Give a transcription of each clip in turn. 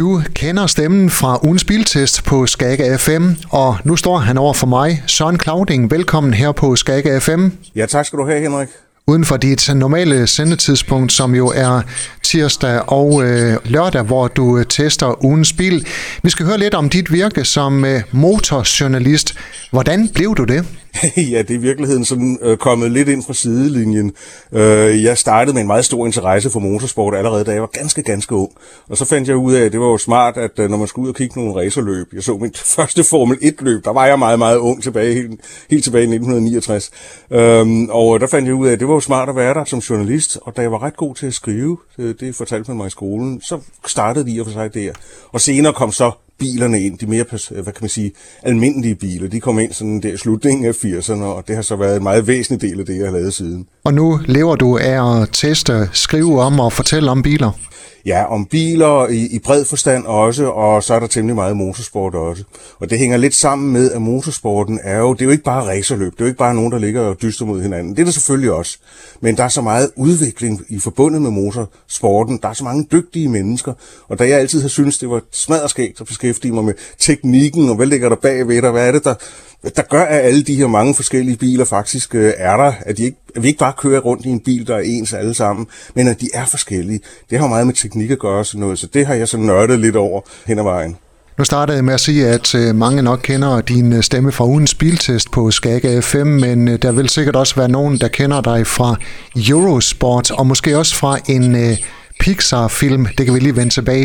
Du kender stemmen fra ugens biltest på Skag FM, og nu står han over for mig. Søren Clauding, velkommen her på Skag FM. Ja, tak skal du have, Henrik. Uden for dit normale sendetidspunkt, som jo er tirsdag og lørdag, hvor du tester ugens bil. Vi skal høre lidt om dit virke som motorjournalist. Hvordan blev du det? Ja, det er i virkeligheden sådan kommet lidt ind fra sidelinjen. Jeg startede med en meget stor interesse for motorsport allerede, da jeg var ganske ung. Og så fandt jeg ud af, at det var jo smart, at når man skulle ud og kigge nogle racerløb, jeg så mit første Formel 1-løb, der var jeg meget ung, helt tilbage i 1969. Og der fandt jeg ud af, at det var jo smart at være der som journalist, og da jeg var ret god til at skrive, det fortalte man mig i skolen, så startede vi i og for sig der. Og senere kom så bilerne ind, de mere, almindelige biler, de kom ind sådan der i slutningen af 80'erne, og det har så været en meget væsentlig del af det, jeg har lavet siden. Og nu lever du af at teste, skrive om og fortælle om biler? Ja, om biler i bred forstand også, og så er der temmelig meget motorsport også. Og det hænger lidt sammen med, at motorsporten det er jo ikke bare racerløb, det er jo ikke bare nogen, der ligger og dyster mod hinanden. Det er der selvfølgelig også. Men der er så meget udvikling i forbundet med motorsporten, der er så mange dygtige mennesker, og da jeg altid har syntes, det var smadderskægt at beskæftige mig med teknikken, og hvad ligger der bagved, og hvad er det, der gør, at alle de her mange forskellige biler faktisk er der, at vi ikke bare kører rundt i en bil, der er ens alle sammen, men at de er forskellige. Det har meget med teknik at gøre sådan noget, så det har jeg så nørdet lidt over hen ad vejen. Nu startede jeg med at sige, at mange nok kender din stemme fra ugens biltest på Skag FM, men der vil sikkert også være nogen, der kender dig fra Eurosport, og måske også fra en Pixar-film. Det kan vi lige vende tilbage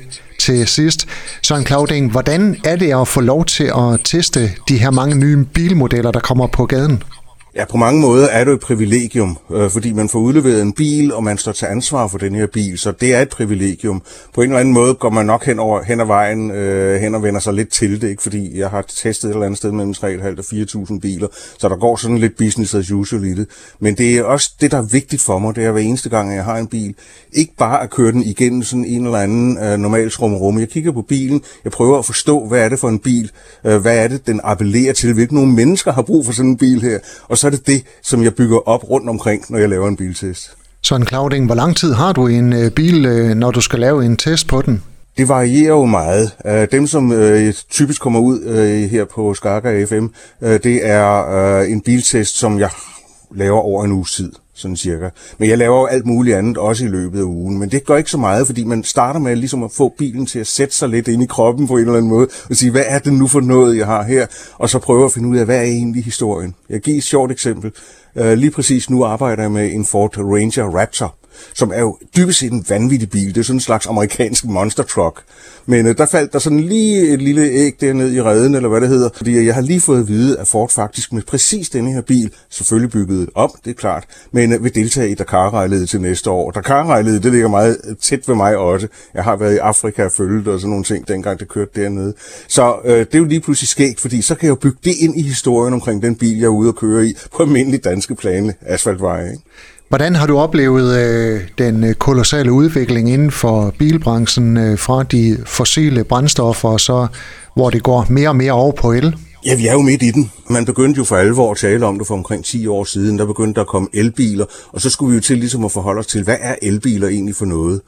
til sidst. Søren Clauding, hvordan er det at få lov til at teste de her mange nye bilmodeller, der kommer på gaden? Ja, på mange måder er det et privilegium, fordi man får udleveret en bil, og man står til ansvar for den her bil, så det er et privilegium. På en eller anden måde går man nok hen ad vejen, hen og vender sig lidt til det, ikke? Fordi jeg har testet et eller andet sted mellem 3.500 og 4.000 biler, så der går sådan lidt business as usual i det. Men det er også det, der er vigtigt for mig, det er hver eneste gang, jeg har en bil. Ikke bare at køre den igennem sådan en eller anden normal rum. Jeg kigger på bilen, jeg prøver at forstå, hvad er det for en bil, hvad er det, den appellerer til, hvilke nogle mennesker har brug for sådan en bil her, og så er det, som jeg bygger op rundt omkring, når jeg laver en biltest. Søren Clauding, hvor lang tid har du en bil, når du skal lave en test på den? Det varierer jo meget. Dem, som typisk kommer ud her på Skag FM, det er en biltest, som jeg laver over en uges tid, sådan cirka. Men jeg laver jo alt muligt andet, også i løbet af ugen. Men det gør ikke så meget, fordi man starter med ligesom at få bilen til at sætte sig lidt ind i kroppen på en eller anden måde, og sige, hvad er det nu for noget, jeg har her? Og så prøve at finde ud af, hvad er egentlig historien? Jeg giver et sjovt eksempel. Lige præcis nu arbejder jeg med en Ford Ranger Raptor, som er jo dybest set en vanvittig bil. Det er sådan en slags amerikansk monster truck. Men der faldt der sådan lige et lille æg derned i reden, eller hvad det hedder. Fordi jeg har lige fået at vide, at Ford faktisk med præcis denne her bil, selvfølgelig bygget op, det er klart, men vil deltage i Dakar-rallyet til næste år. Dakar-rallyet, det ligger meget tæt ved mig også. Jeg har været i Afrika og følget og sådan nogle ting, dengang det kørte dernede. Så det er jo lige pludselig skægt, fordi så kan jeg jo bygge det ind i historien omkring den bil, jeg er ude og køre i, på almindelige danske plane asfaltveje, ikke? Hvordan har du oplevet den kolossale udvikling inden for bilbranchen fra de fossile brændstoffer, og så hvor det går mere og mere over på el? Ja, vi er jo midt i den. Man begyndte jo for alvor at tale om det for omkring 10 år siden. Der begyndte der at komme elbiler, og så skulle vi jo til ligesom at forholde os til, hvad er elbiler egentlig for noget?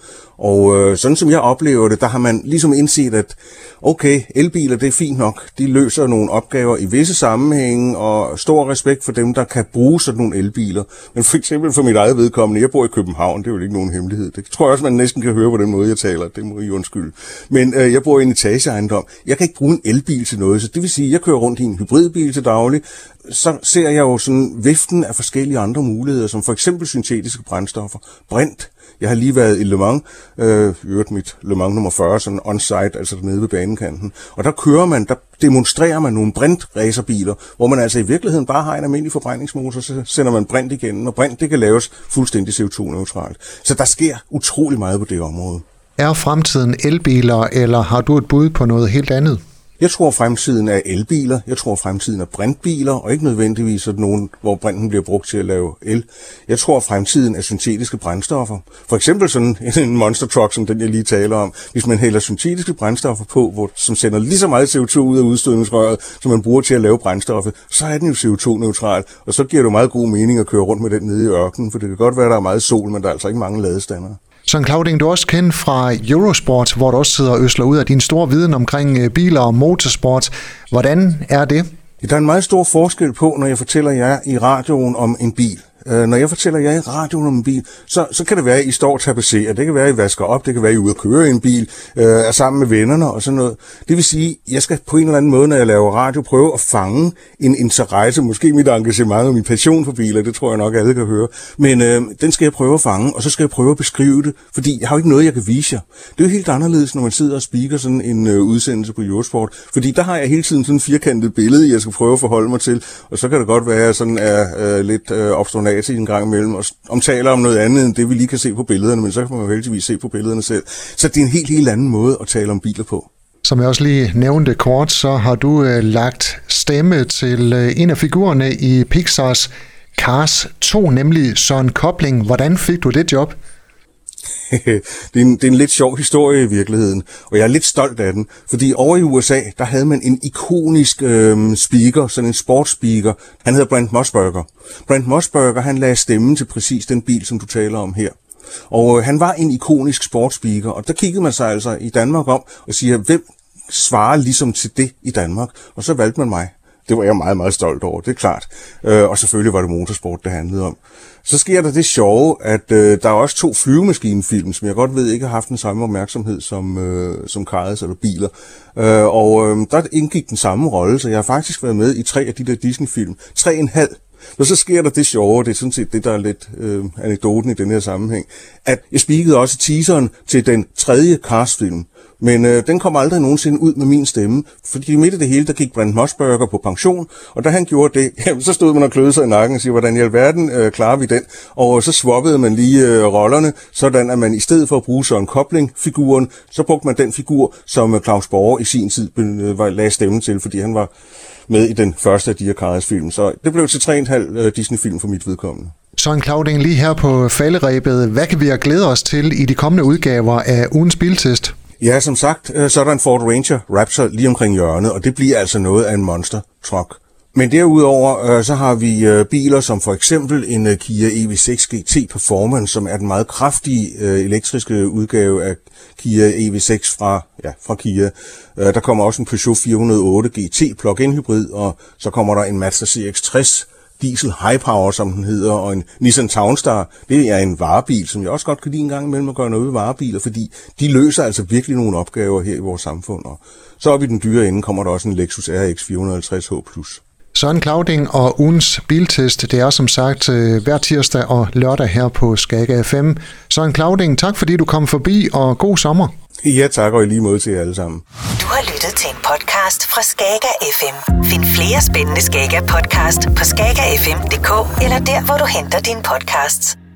Og sådan som jeg oplever det, der har man ligesom indset, at okay, elbiler, det er fint nok. De løser nogle opgaver i visse sammenhænge, og stor respekt for dem, der kan bruge sådan nogle elbiler. Men for eksempel for mit eget vedkommende, jeg bor i København, det er jo ikke nogen hemmelighed. Det tror jeg også, man næsten kan høre på den måde, jeg taler. Det må I undskylde. Men jeg bor i en etageejendom. Jeg kan ikke bruge en elbil til noget, så det vil sige, at jeg kører rundt i en hybridbil til daglig. Så ser jeg jo sådan viften af forskellige andre muligheder, som for eksempel syntetiske brændstoffer, brint. Jeg har lige været i Le Mans, mit Le Mans nummer 40, sådan on-site, altså nede ved banekanten. Og der demonstrerer man nogle brintracerbiler, hvor man altså i virkeligheden bare har en almindelig forbrændingsmotor, så sender man brint igennem, og brint, det kan laves fuldstændig CO2-neutralt. Så der sker utrolig meget på det område. Er fremtiden elbiler, eller har du et bud på noget helt andet? Jeg tror, fremtiden er elbiler. Jeg tror, fremtiden er brintbiler, og ikke nødvendigvis sådan nogen, hvor brinten bliver brugt til at lave el. Jeg tror, fremtiden er syntetiske brændstoffer. For eksempel sådan en monster truck, som den jeg lige taler om. Hvis man hælder syntetiske brændstoffer på, som sender lige så meget CO2 ud af udstødningsrøret, som man bruger til at lave brændstoffet, så er den jo CO2-neutral, og så giver det meget god mening at køre rundt med den nede i ørkenen, for det kan godt være, at der er meget sol, men der er altså ikke mange ladestander. Søren Clauding, du er også kendt fra Eurosport, hvor du også sidder og øsler ud af din store viden omkring biler og motorsport. Hvordan er det? Der er en meget stor forskel på, når jeg fortæller jer i radioen om en bil. Når jeg fortæller jer i radioen om en bil, så kan det være, at I står og tapetserer. Det kan være, at I vasker op. Det kan være, at I er ude at køre i en bil, er sammen med vennerne og sådan noget. Det vil sige, at jeg skal på en eller anden måde, når jeg laver radio, prøve at fange en interesse, måske mit engagement og min passion for biler. Det tror jeg nok, alle kan høre. Men den skal jeg prøve at fange, og så skal jeg prøve at beskrive det, fordi jeg har jo ikke noget, jeg kan vise jer. Det er jo helt anderledes, når man sidder og speaker sådan en udsendelse på Eurosport, fordi der har jeg hele tiden sådan en firkantet billede, jeg skal prøve at forholde mig til, og så kan det godt være, at jeg sådan er lidt obstronat en gang imellem, og omtaler om noget andet, end det vi lige kan se på billederne, men så kan man jo heldigvis se på billederne selv. Så det er en helt anden måde at tale om biler på. Som jeg også lige nævnte kort, så har du lagt stemme til en af figurerne i Pixars Cars 2, nemlig Søren Kobling. Hvordan fik du det job? Det er en lidt sjov historie i virkeligheden, og jeg er lidt stolt af den, fordi over i USA, der havde man en ikonisk speaker, sådan en sportsspeaker. Han hedder Brent Musburger. Brent Musburger, han lagde stemmen til præcis den bil, som du taler om her. Og han var en ikonisk sportsspeaker, og der kiggede man sig altså i Danmark om og siger, hvem svarer ligesom til det i Danmark? Og så valgte man mig. Det var jeg meget, meget stolt over, det er klart. Og selvfølgelig var det motorsport, det handlede om. Så sker der det sjove, at der er også 2 flyvemaskinefilm, som jeg godt ved ikke har haft den samme opmærksomhed som Cars eller biler. Og der indgik den samme rolle, så jeg har faktisk været med i 3 af de der Disney-film. 3,5. Og så sker der det sjove, det er sådan set det, der er lidt anekdoten i den her sammenhæng, at jeg speakede også teaseren til den 3. Cars-film. Men den kom aldrig nogensinde ud med min stemme, fordi midt i det hele, der gik Brent Musburger på pension, og da han gjorde det, jamen, så stod man og kløede sig i nakken og siger, hvordan i alverden klarer vi den? Og så swappede man lige rollerne, sådan at man i stedet for at bruge Søren Kobling-figuren, så brugte man den figur, som Claus Borger i sin tid lagde stemme til, fordi han var med i den første af de her Cars-film. Så det blev til 3,5 Disney-film for mit vedkommende. Søren Clauding, lige her på falderebet, hvad kan vi glæde os til i de kommende udgaver af ugens biltest? Ja, som sagt, så er der en Ford Ranger Raptor lige omkring hjørnet, og det bliver altså noget af en monster truck. Men derudover så har vi biler som for eksempel en Kia EV6 GT Performance, som er den meget kraftige elektriske udgave af Kia EV6 fra Kia. Der kommer også en Peugeot 408 GT plug-in hybrid, og så kommer der en Mazda CX-60 Diesel High Power, som den hedder, og en Nissan Townstar. Det er en varebil, som jeg også godt kan lide en gang imellem at gøre noget ved varebiler, fordi de løser altså virkelig nogle opgaver her i vores samfund. Og så oppe i den dyre ende kommer der også en Lexus RX 450h+. Søren Clauding og ugens biltest, det er som sagt hver tirsdag og lørdag her på Skaga FM. Søren Clauding, tak fordi du kom forbi, og god sommer. Ja, tak, og i lige måde til jer alle sammen. Du har lyttet til en podcast fra Skaga FM. Find flere spændende Skaga podcast på skagafm.dk eller der, hvor du henter dine podcasts.